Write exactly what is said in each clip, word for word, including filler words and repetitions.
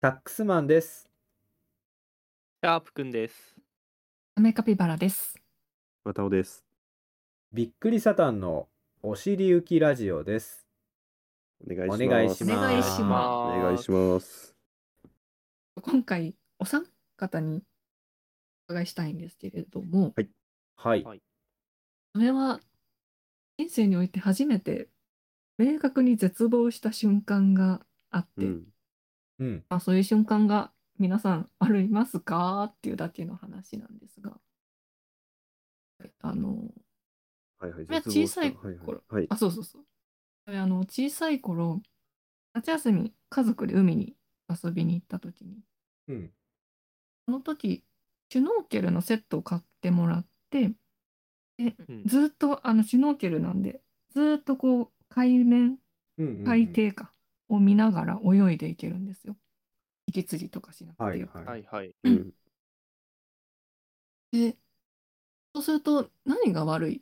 タックスマンです。 シャープくんです。 アメカピバラです。 またおです。 びっくりサタンのお尻浮きラジオです。 お願いします。 お願いします。 お願いしますお願いします。 今回お三方にお伺いしたいんですけれども、 はい。 はい。 はいそれは人生において初めて明確に絶望した瞬間があって、 うん。 うん。 まあ、そういう瞬間が皆さんありますかっていうだけの話なんですが、あのはいはい。 これは絶望小さいはい頃、 はい。はい。 あ、そうそうそう。これあの小さい頃、夏休み家族で海に遊びに行った時に、 うん。 その時シュノーケルのセットを買ってもらって、でうんずっとあのシュノーケルなんで、ずっとこう海面、 うんうんうん。 海底下を見ながら泳いでいけるんですよ。息継ぎとかしなくてよく。 はいはい。 はいはい。 うん。 で、そうすると何が悪いって、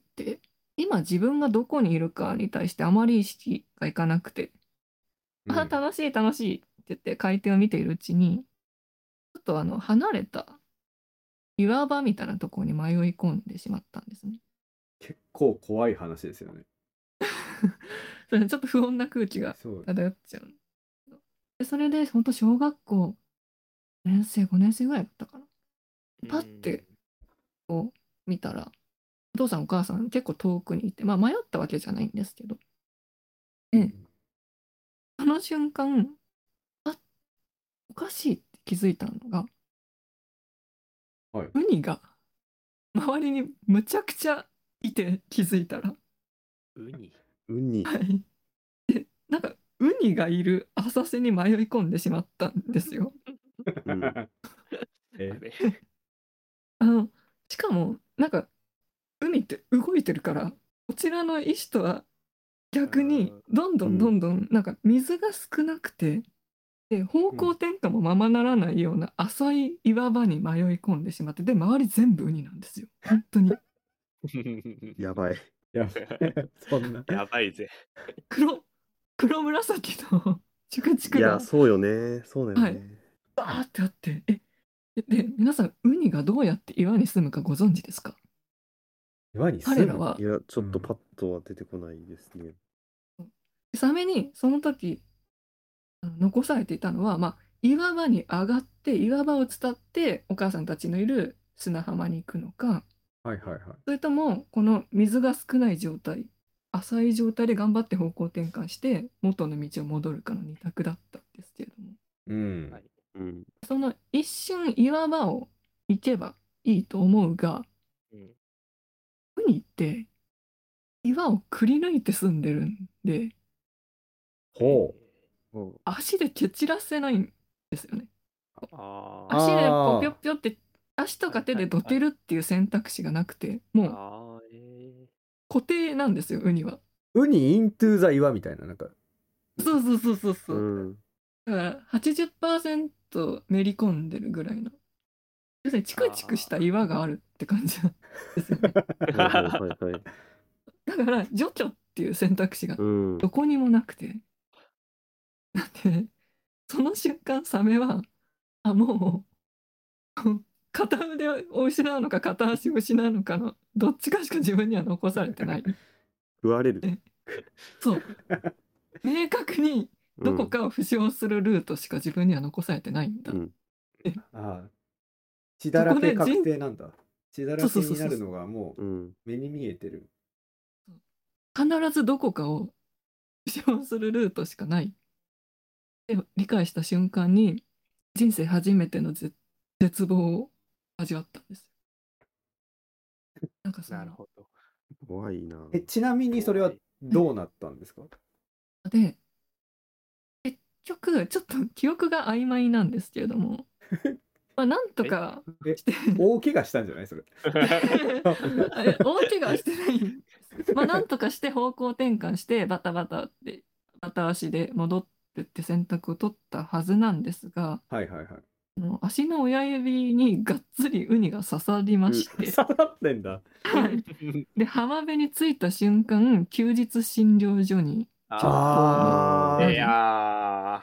今自分がどこにいるかに対してあまり意識がいかなくて、 うんあ、楽しい楽しいって言って海底を見ているうちに、ちょっとあの離れた岩場みたいなところに迷い込んでしまったんですね。 結構怖い話ですよね。 それちょっと不穏な空気がそう。 漂っちゃう。でそれで本当小学校よねん生ごねん生ぐらいだったかな。パッてこう見たら、お父さんお母さん結構遠くにいて、まあ迷ったわけじゃないんですけど、でその瞬間、あ、おかしいって気づいたのが、 はい。 ウニが周りにむちゃくちゃいて気づいたら、 ウニ。 ウニ。 はい。で、なんかウニがいる浅瀬に迷い込んでしまったんですよ。 うん。 えあれあの、しかも、なんか海って動いてるから、こちらの石とは逆にどんどんどんどんなんか水が少なくて、で方向転換もままならないような浅い岩場に迷い込んでしまって、で周り全部ウニなんですよ。本当にやばい。 やそんな。 やばいぜ。 黒黒紫のチクチいクがや、そうよね。そうだよね。 バーってあって、えで皆さんウニがどうやって岩に住むかご存知ですか？ 岩に住む。 彼らはいや、ちょっとパッとは出てこないですね。 サメにその時あの残されていたのは、まあ、岩場に上がって岩場を伝ってお母さんたちのいる砂浜に行くのか、 はいはいはい。 それともこの水が少ない状態、浅い状態で頑張って方向転換して元の道を戻るかの二択だったんですけれども、 うん。 はいうん。 その一瞬岩場を行けばいいと思うが、 うんウニって岩をくり抜いて住んでるんで、 ほう。 お足で蹴散らせないんですよね。 あー足でこあーうぴょっぴょって足とか手でどけるっていう選択肢がなくて、もうあー。え固定なんですよ、ウニは。 ウニイントゥーザ岩みたいな、なんか。 そうそうそうそうそうう。 ん。 だからはちじゅっパーセントめり込んでるぐらいの。要するにチクチクした岩があるって感じなんですよね。 はいはいはいはい。 だから除去っていう選択肢がうん。 どこにもなくて。だってその瞬間サメは、あ、もう片腕を失うのか片足を失うのかのどっちかしか自分には残されてない。 食われる。 そう。明確にどこかを負傷するルートしか自分には残されてないんだ。 うん。 ああ。血だらけ確定なんだ。血だらけそうそうそうそうになるのがもううん。 目に見えてる。 必ずどこかを負傷するルートしかないって理解した瞬間に、人生初めての絶絶望を味わったんですよ。なんかそのーなるほど。 怖いな。 え、ちなみにそれはどうなったんですか？ で、結局ちょっと記憶が曖昧なんですけれども、まあなんとかえして大怪我したんじゃないそれ。 あれ大怪我はしてないんです。まあなんとかして方向転換してバタバタってバタ足で戻ってって選択を取ったはずなんですが、 はいはいはい。 もう足の親指にがっつりウニが刺さりまして、 刺さってんだ。 はいで浜辺に着いた瞬間、休日診療所にあ直行にあーなり、 ーいや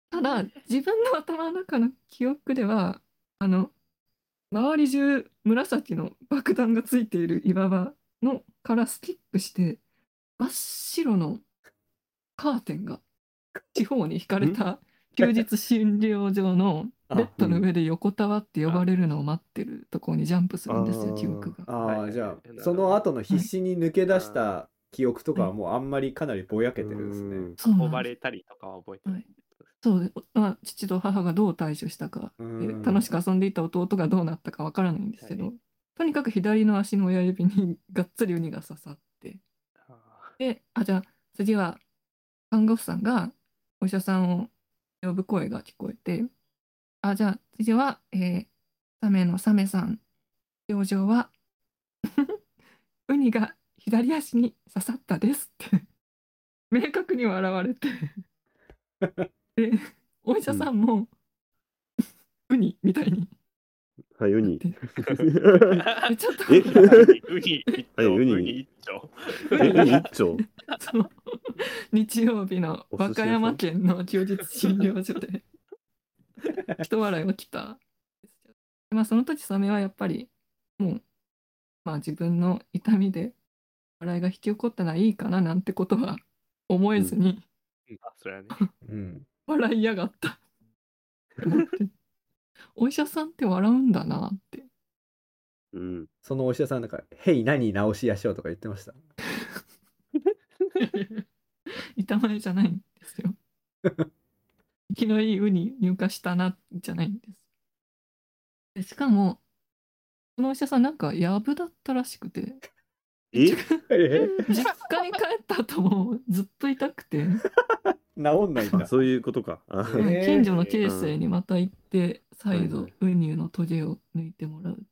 ただ自分の頭の中の記憶ではあの周り中紫の爆弾がついている岩場のからスキップして真っ白のカーテンが地方に引かれた休日診療所のベッドの上で横たわって呼ばれるのを待ってるところにジャンプするんですよ、記憶が。 ああ、 はいはいじゃあなるほどその後の必死に抜け出した記憶とかはもうあんまりかなりぼやけてるんですね。 そうなんです運ばれたりとかは覚えてる。 はいそうで、まあ、父と母がどう対処したか、 うんで楽しく遊んでいた弟がどうなったかわからないんですけど、 はいとにかく左の足の親指にがっつりウニが刺さって、 あで、あ、じゃあ次は看護婦さんがお医者さんを呼ぶ声が聞こえて、あ、じゃあ次は、えーサメのサメさん、病状はウニが左足に刺さったですって明確に笑われてでお医者さんも、ウニみたいにはい、ウニ。 でちょっとえーウニ一はいウニ丁ウニ一丁え、ウニ一丁その日曜日の和歌山県の休日診療所で人笑い起きた。まあその時サメはやっぱりもう、まあ、自分の痛みで笑いが引き起こったらいいかななんてことは思えずにあ、それはね。 うん。 笑いやがったって思ってお医者さんって笑うんだなってうん。 そのお医者さんなんか「へい何直しやしょう」とか言ってました。 板前じゃないんですよ。生きのいいウニ入荷したなじゃないんです。でしかもそのお医者さんなんかやぶだったらしくてええ実家に帰った後もずっと痛くて、 治んないんだ。 そういうことか。あえー近所のケースにまた行って再度はいはいウニのトゲを抜いてもらう。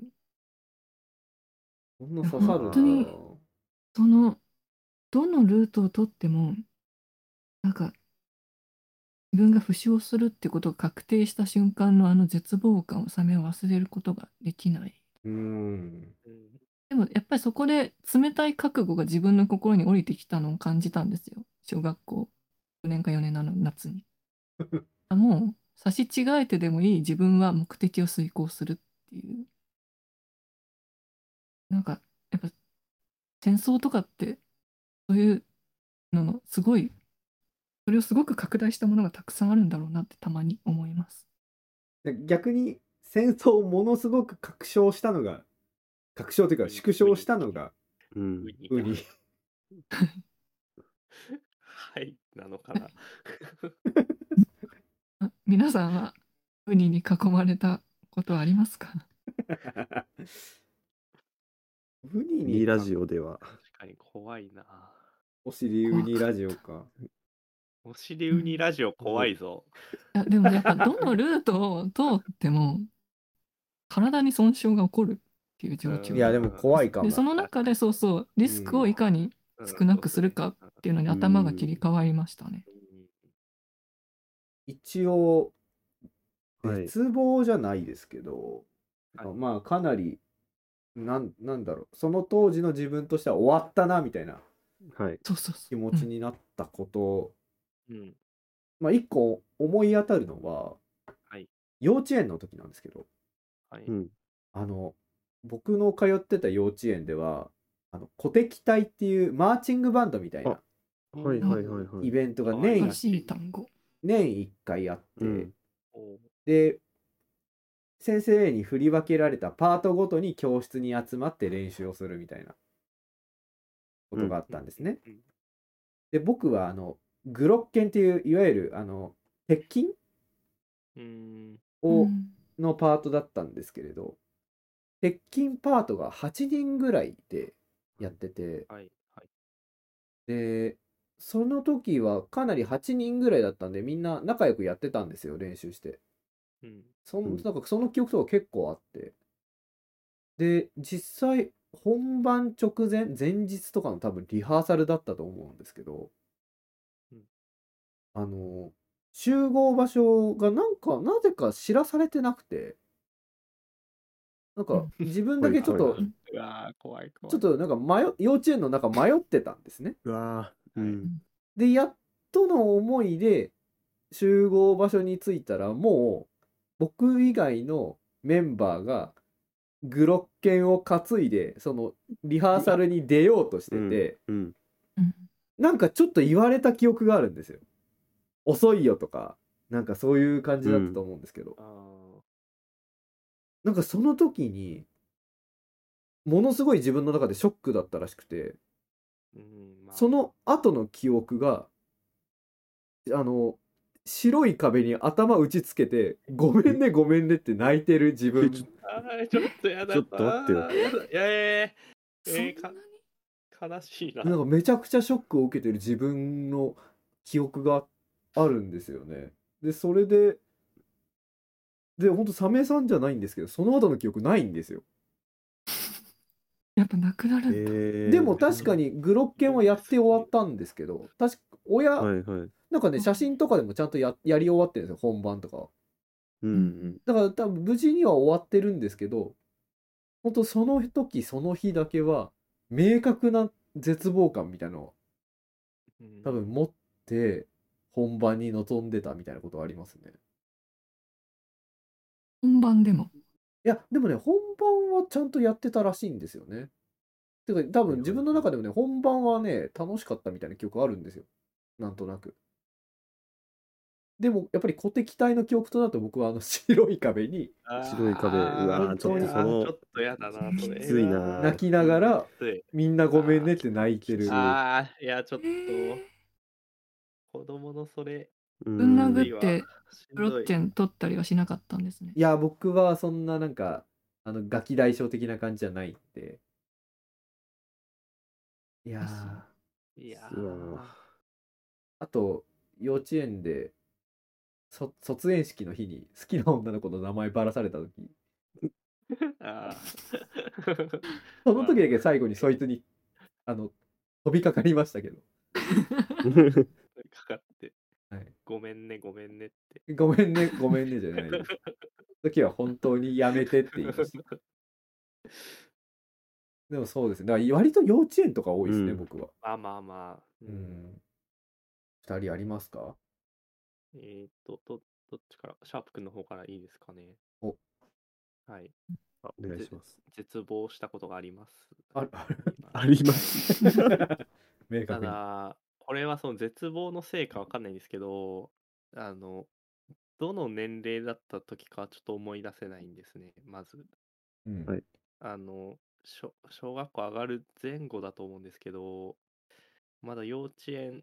そんな刺さるんだ本当にそのどのルートを取ってもなんか自分が負傷するってことが確定した瞬間のあの絶望感をサメは忘れることができない。 うん。 うんでもやっぱりそこで冷たい覚悟が自分の心に降りてきたのを感じたんですよ。小学校よねんかよねんの夏に。あもう差し違えてでもいい自分は目的を遂行するっていう。なんかやっぱ戦争とかってそういうののすごいそれをすごく拡大したものがたくさんあるんだろうなってたまに思います。 で逆に戦争をものすごく拡張したのが拡張というか縮小したのがうんウ。ニウニ。 はいなのかな。 あ皆さんはウニに囲まれたことはありますか？ ウニにニラジオでは。 確かに怖いな。 お尻ウニラジオか。 お尻ウニラジオ怖いぞ。 いやでもやっぱどのルートを通っても体に損傷が起こるっていう状況いやでも怖いかもで。その中でそうそうリスクをいかに少なくするかっていうのに頭が切り替わりましたね。 一応はい。 絶望じゃないですけど、 はいまあかなりなんなんだろうその当時の自分としては終わったなみたいなはい。 そうそうそう。 気持ちになったこと、 うん。 まあ一個思い当たるのは、 はい幼稚園の時なんですけど、 はい。 うん。 あの僕の通ってた幼稚園ではあの鼓笛隊っていうマーチングバンドみたいなはいはいはいはい。 イベントがはい年新しい単語。 年いっかいあって、 うんおーで先生に振り分けられたパートごとに教室に集まって練習をするみたいなことがあったんですね。 うんで僕はあのグロッケンっていういわゆるあの鉄筋うん。 を、 うんのパートだったんですけれど、鉄筋パートがはちにんぐらいでやってて、 はいはい。 でその時はかなりはちにんぐらいだったんでみんな仲良くやってたんですよ、練習して。 うん。 そんうんなんかその記憶とか結構あって、で実際本番直前前日とかの多分リハーサルだったと思うんですけど、 うんあの集合場所がなんかなぜか知らされてなくて、なんか自分だけちょっとはいはうわー怖い怖い。 ちょっとなんか迷幼稚園の中迷ってたんですね。 うわーうん。 でやっとの思いで集合場所に着いたらもう僕以外のメンバーがグロッケンを担いでそのリハーサルに出ようとしてて、 うん。 うんなんかちょっと言われた記憶があるんですよ。遅いよとかなんかそういう感じだったと思うんですけど、 あなんかその時にものすごい自分の中でショックだったらしくて、 ーうんまあその後の記憶があの白い壁に頭打ちつけてごめんねごめんねって泣いてる自分ちょあーちょっとやだちょっと待ってよあーやだいやえー、 そんえー、 なにか悲しいな。 なんかめちゃくちゃショックを受けてる自分の記憶があるんですよね。でそれででほんとサメさんじゃないんですけどその後の記憶ないんですよ。 やっぱなくなるんだ。 えー、 でも確かにグロッケンはやって終わったんですけど、確か親、 はいはい。 なんかね写真とかでもちゃんと や, やり終わってるんですよ本番とかは。 うんうん。 だから多分無事には終わってるんですけど、本当その時その日だけは明確な絶望感みたいなのをうん多分持って本番に臨んでたみたいなことはありますね。 本番でも。 いやでもね本番はちゃんとやってたらしいんですよね。てか多分自分の中でもね本番はね楽しかったみたいな記憶あるんですよなんとなく。でもやっぱり鼓笛隊の記憶となると僕はあの白い壁に白い壁あーうわーちょっとそのちょっとやだなそれきついな泣きながらきついみんなごめんねって泣いてる。 ああいやちょっとえー子供のそれうぶんん殴ってしんどいブロッケン取ったりはしなかったんですね。 いや僕はそんななんかあのガキ大将的な感じじゃないんで。いやーいやうわあと幼稚園でそ卒園式の日に好きな女の子の名前ばらされた時ーあーその時だけ最後にそいつにあの飛びかかりましたけど、 ーかかってはい、 ごめんねごめんねってごめんねごめんねじゃないです。時は本当にやめてって言いました。でもそうですね。だから割と幼稚園とか多いですね、 うん僕は。 まあまあまあううんん。二人ありますか？ えーっとどどっちからシャープくんの方からいいですかね。 おはいあお願いします。 絶望したことがありますあああります。 た明確に。 だこれはその絶望のせいかわかんないんですけどあのどの年齢だった時かちょっと思い出せないんですねまずうんはいあの小小学校上がる前後だと思うんですけどまだ幼稚園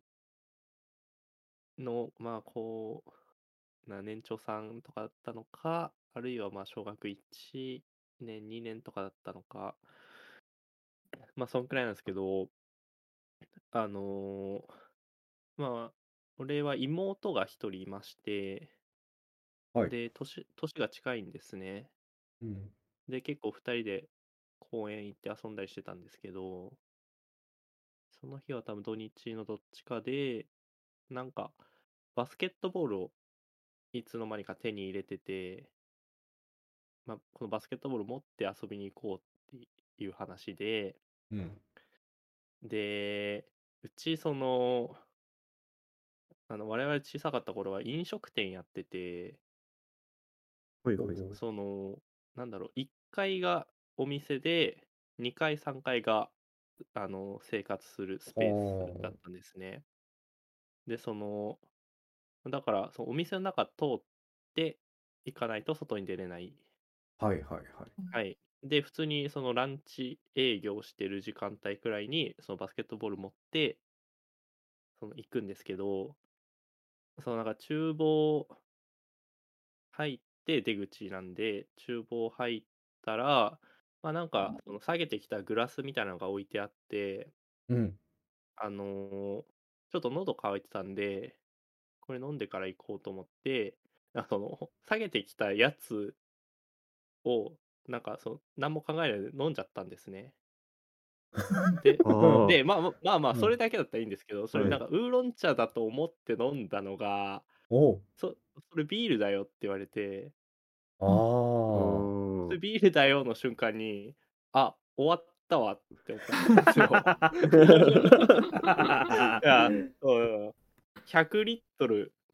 のまあこうな年長さんとかだったのかあるいはまあ小学いちねんにねんとかだったのかまあそんくらいなんですけどあのーまあ俺は妹が一人いましてはい。 で年年が近いんですねうん。 で結構ふたりで公園行って遊んだりしてたんですけどその日は多分土日のどっちかでなんかバスケットボールをいつの間にか手に入れてて、まあ、このバスケットボール持って遊びに行こうっていう話でうん。 でうちそのあの我々小さかった頃は飲食店やっててはいはいはい。 そのなんだろういっかいがお店でにかいさんがいがあの生活するスペースだったんですね。でそのだからそのお店の中通って行かないと外に出れない。 はいはいはい。 はい。で普通にそのランチ営業してる時間帯くらいにそのバスケットボール持ってその行くんですけどそのなんか厨房入って出口なんで厨房入ったらまあなんかその下げてきたグラスみたいなのが置いてあってうん。 あのーちょっと喉乾いてたんでこれ飲んでから行こうと思ってあその下げてきたやつをなんかその何も考えないで飲んじゃったんですね。であーでまあまあまあまあうんそれだけだったらいいんですけどそれはいなんかウーロン茶だと思って飲んだのがおう。 そそれビールだよって言われてああ。 あそれービールだよの瞬間にあ終わったわって思ったんですよ。いやそうひゃくリットル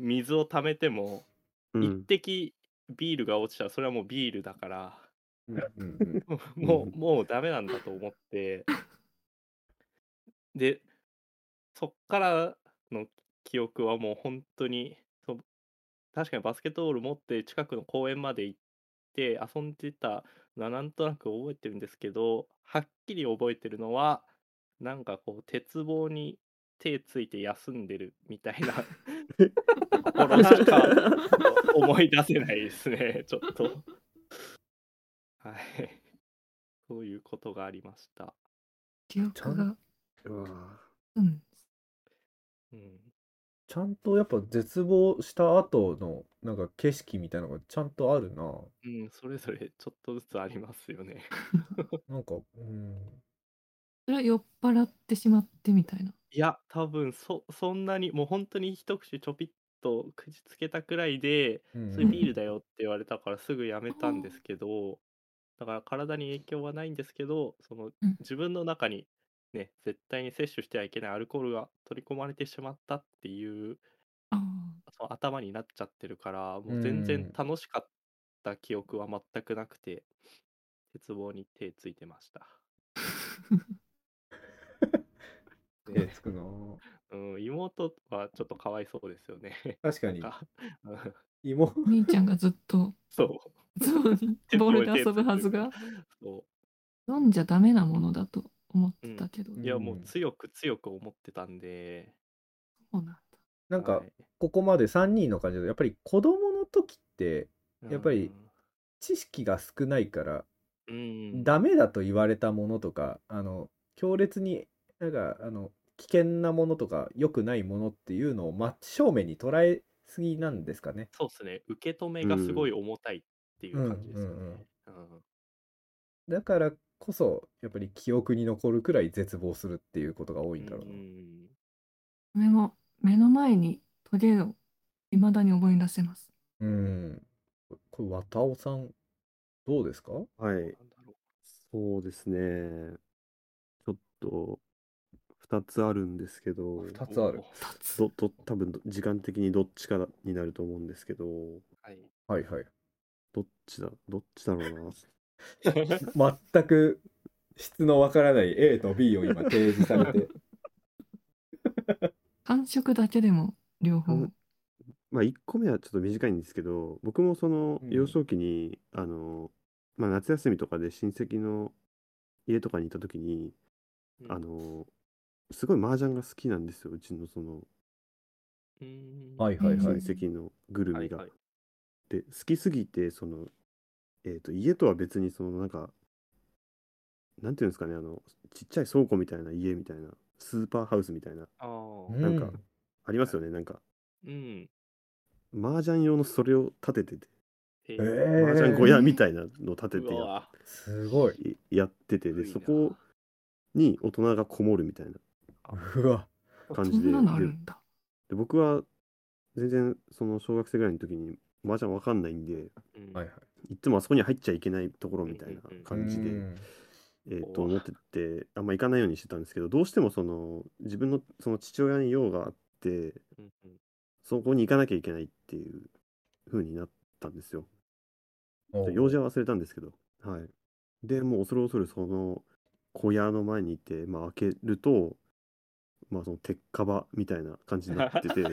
水を溜めても、一うん。 滴ビールが落ちたら、それはもうビールだから、 うんうんうん。 もう、もうダメなんだと思って、で、そっからの記憶はもう本当に、そう確かにバスケットボール持って近くの公園まで行って遊んでたのはなんとなく覚えてるんですけど、はっきり覚えてるのは、なんかこう鉄棒に手ついて休んでるみたいなところしか思い出せないですね、ちょっと。はい。そういうことがありました。 記憶が、 うわうん。 うん。 ちゃんとやっぱ絶望した後のなんか景色みたいなのがちゃんとあるな。 うん、それぞれちょっとずつありますよね。 なんか、うん。 それは酔っ払ってしまってみたいな。 いや、多分そそんなに、もう本当に一口ちょぴっと口つけたくらいで、 うんそれビールだよって言われたからすぐやめたんですけど、だから体に影響はないんですけど、そのうん自分の中にね、絶対に摂取してはいけないアルコールが取り込まれてしまったっていう、 あその頭になっちゃってるから、もうう全然ん。 楽しかった記憶は全くなくて、鉄棒に手ついてました。 手ね、 つくな。 うん、妹はちょっとかわいそうですよね。 確かに。 なんか、うん芋。 あ、兄ちゃんがずっとそう。 そうに鉄ボー棒に手つルで遊ぶいてるから。 はずが、 そ飲んじゃダメなものだと思っう。うん。 てたけど、 ういや、もうん。 強く強く思ってたんで、 そうなんだ。 なんか、 はい。 ここまでさんにんの感じで、やっぱり子供の時って、 うやっぱりん。 知識が少ないから、 うん。 ダメだと言われたものとか、あの、強烈になんか、あの、危険なものとか、良くないものっていうのを真正面に捉えすぎなんですかね。 そうですね。受け止めうがすごいん。 重たいっていううん感じですようんうん。 ね。うん。 だからこそ、やっぱり記憶に残るくらい絶望するっていうことが多いんうだろうな。 ん。 それも目の前にトゲを未だに思い出せます。 うん。これ、綿尾さん、どうですか？ はい。 どうなんだろそうですね。ちょっと、二つあるんですけど、 二う。 つある。 おー二つ。 ど、ど、多分ど時間的にどっちかになると思うんですけど、 はい。 はいはい。 どっちだ、どっちだろうな。 全く質のわからない A と B を今提示されて。 感触だけでも両方。 うんまあ、いっこめはちょっと短いんですけど、僕もそのうん幼少期に、あの、まあ、夏休みとかで親戚の家とかに行った時に、 うんあの、すごい麻雀が好きなんですよ、うちのそのうーん。 親はいはいはい。 戚のぐるみが。 はいはい。 で、好きすぎて、その、えっと、家とは別に、その、なんか、なんていうんですかね、あの、ちっちゃい倉庫みたいな家みたいな、スーパーハウスみたいな、 ああ。 なんか、 うん。 ありますよね、なんか、 うん。 麻雀用のそれを立ててて、 へええ。 麻雀小屋みたいなのを立てうてやわすごい。 いやってて、で、 いいなそこに大人がこもるみたいなあうわ。 感じで、 そんなのあで、 るんだ。 で僕は全然、その小学生ぐらいの時に麻雀わかんないんで、 うんはいはい。 いつもあそこに入っちゃいけないところみたいなうんうんうんう感じで、 ん。 えー、 おーと思ってて、あんま行かないようにしてたんですけど、どうしてもその自分のその父親に用があって、 うんうんそこに行かなきゃいけないっていう風になったんですよ。 おう用事は忘れたんですけど、はい。で、もう恐る恐るその小屋の前にいて、まあ、開けると、まあ、その鉄カバみたいな感じになってて、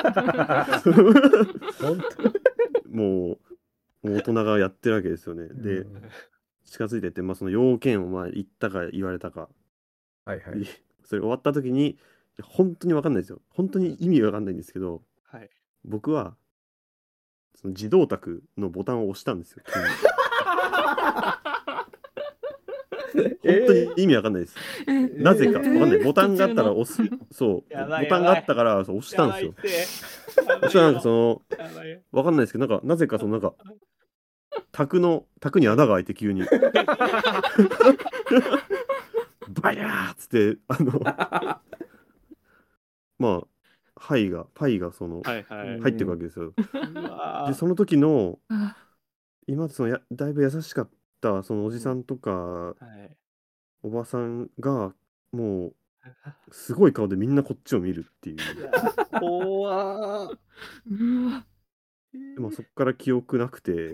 本もう、もう大人がやってるわけですよね。 当。 で、 うん近づいてって、まあ、その要件をまあ言ったか言われたか、 はいはい。 それ終わった時に、いや本当に分かんないですよ。本当に意味が分かんないんですけど、 はい。 僕は、その自動卓のボタンを押したんですよ、急に。本当に意味わかんないです。 えなぜかわかんない。ボタンがあったら途押す。そう。 やばいボタンがあったからそう押したんですよ。 やばいそしたらなんかその、 やばいよわかんないですけど、なんか、なぜかそのなんか、卓の、卓に穴が開いて急に、バヤーっつって、あの、まあ、パイが、パイがその、 はいはい。 入っていくわけですよ。 うわで、その時の、 あ今までそのや、だいぶ優しかった、そのおじさんとか、 はい。 おばさんが、もう、 すごい顔でみんなこっちを見るっていう。 怖ー。 うわ。 でもそこから記憶なくて、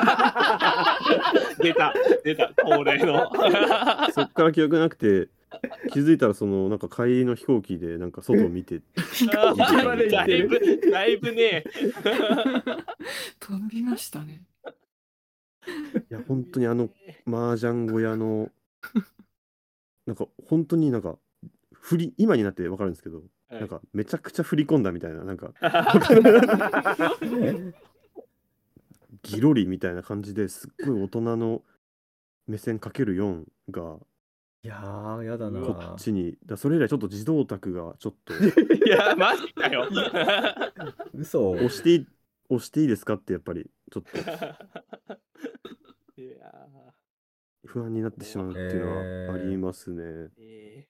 出た出た恒例の。 そっから記憶なくて、気づいたらそのなんか帰りの飛行機でなんか外を見て、 あ行きまで行ーだいってるぶだいぶね。 飛びましたね。 いや本当にあの麻雀小屋のなんか本当になんか振り今になってわかるんですけど、 はいなんかめちゃくちゃ振り込んだみたいななんかギロリみたいな感じですっごい大人の目線かけるよんがいやー、やだなうこーっ。ちにだそれ以来ちょっと自動オタクがちょっといやマジかよ。 嘘。 押していい押していいですかってやっぱりちょっといや不安になってしまうっていうのはありますね。 ーえ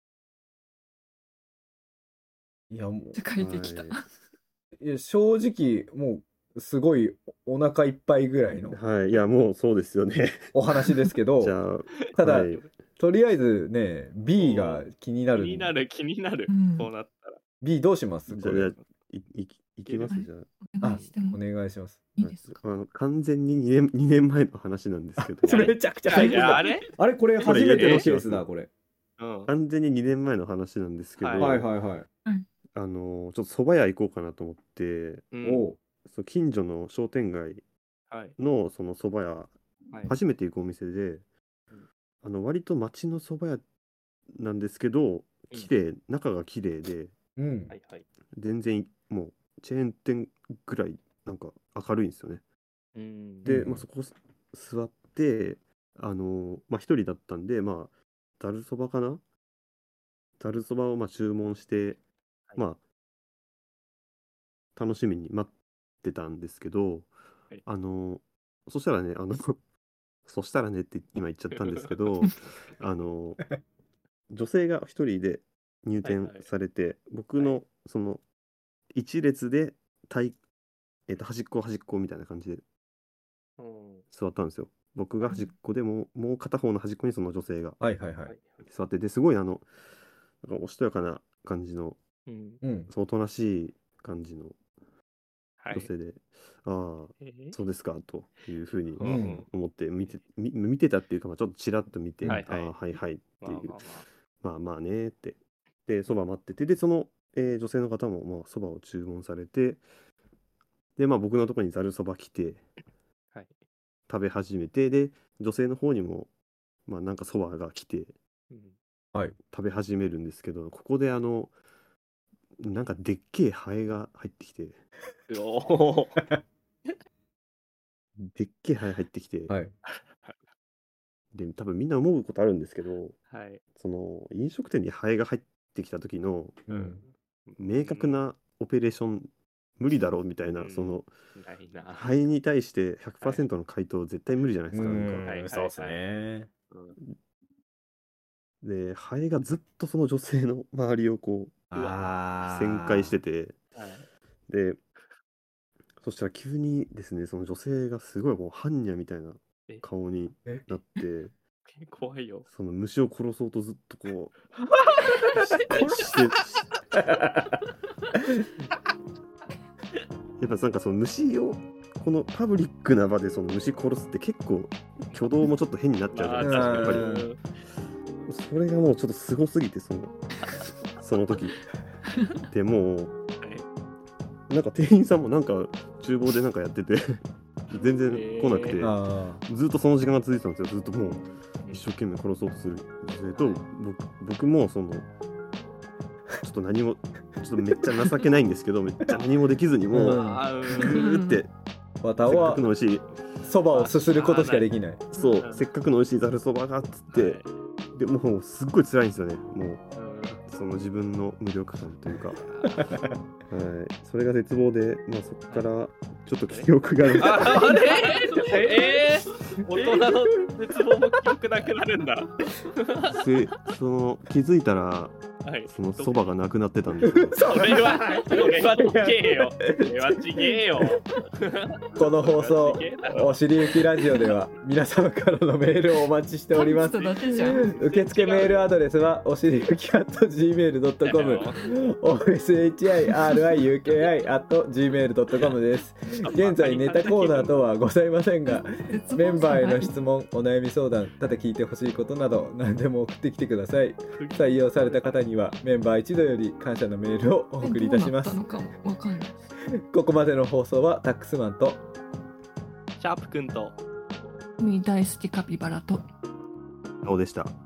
いや、もう、 書いてきた。 はいや正直、もう、すごいお腹いっぱいぐらいのはい、いやもうそうですよね。 お話ですけじど、 ゃあただ、 はいとりあえずね、B が気になーる。 気になる気になる、 うんこうなったら。 B どうしますこれじゃあじゃ。あいいいきますじゃお願あいしてもお願いします。 いいですか。 ああの完全ににねんにねんまえの話なんですけどそれめちゃくちゃいやい最近だ。 やあれあれこれこれ初めてのえケースだ、これ。 うん完全ににねんまえの話なんですけど、 はいはいはいはい。 あのちょっと蕎麦屋行こうかなと思ってうんおう。 その近所の商店街はいのその蕎麦屋はい初めて行くお店で、 うんあの割と町の蕎麦屋なんですけど綺麗、中が綺麗でうんは。いはい。 全然もうチェーン店ぐらいなんか明るいんですよね。 うんで、 うんまあ、そこ座ってあのまあ一人だったんでまあざるそばかなざるそばをまあ注文して、 はいまあ楽しみに待ってたんですけど、 はいあのそしたらねあのそしたらねって今言っちゃったんですけどあの女性が一人で入店されて、僕のその一列で対、えっと端っこ端っこみたいな感じでうん座ったんですよ。僕が端っこでももう片方の端っこにその女性がはいはいははいい。 座っててすごいあのなんかおしとやかな感じのうんうん。 おとなしい感じのはい女性で、ああえーそうですかというふうにうんうん思って見てみ見てたっていうか、まあ、ちょっとちらっと見て、 はいはいああはいはいっていうまあまあままあまあねってでそば待っててでその、えー女性の方もまあそばを注文されてでまあ僕のところにざるそば来てあはい食べ始めてで女性の方にもまあなんかそばが来てうん食べ始めるんですけどここであのなんかでっけえハエが入ってきておおでっけえハエ入ってきて、 はい。 で多分みんな思うことあるんですけどはいその飲食店にハエが入ってきた時のうん。 明確なオペレーション無理だろうみたいな、 うんそのないなハエに対してひゃくパーセントの回答絶対無理じゃないですか、なんかはいはいそうですね。 うんでハエがずっとその女性の周りをこうああ。 旋回しててはいでそしたら急にですねその女性がすごいもう般若みたいなえ顔にえなって怖いよその虫を殺そうとずっとこうししてやっぱなんかその虫をこのパブリックな場でその虫殺すって結構挙動もちょっと変になっちゃうじゃないですか、 まあやっぱりうんそれがもうちょっとすごすぎてそのその時でもうはいなんか店員さんもなんか厨房でなんかやってて全然来なくて、 えあずっとその時間が続いてたんですよ。ずっともう一生懸命殺そうとする女性と僕僕もそのちょっと何もちょっとめっちゃ情けないんですけどめっちゃ何もできずにもうあぐーーってあ。わたせっかはくの美味しいそばをすすることしかできない。 そうせっかくの美味しいざるそばがっつってでもうすっごい辛いんですよね。もうその自分の無力感というか、はい、それが絶望で、まあ、そこからちょっと記憶がああれえー、大人の絶望も記憶なくなるんだ。 でその気づいたらはい。 そのそばがなくなってたんですよ。 それは、それはちげえよ。それはちげえよ。 この放送それはちげえだろおしりゆきラジオでは皆様からのメールをお待ちしております。 タブストだけじゃん。 受付メールアドレスはおしりゆき アットジーメールドットコム オーエスエイチアイアールアイユーケーアイ アットジーメールドットコム です。現在ネタコーナーとはございませんが、メンバーへの質問、お悩み相談、ただ聞いてほしいことなど何でも送ってきてください。採用された方にはメンバー一同より感謝のメールをお送りいたします。 どうなったのかもわかんない。 ここまでの放送はタックスマンとシャープくんと海大好きカピバラとそうでした。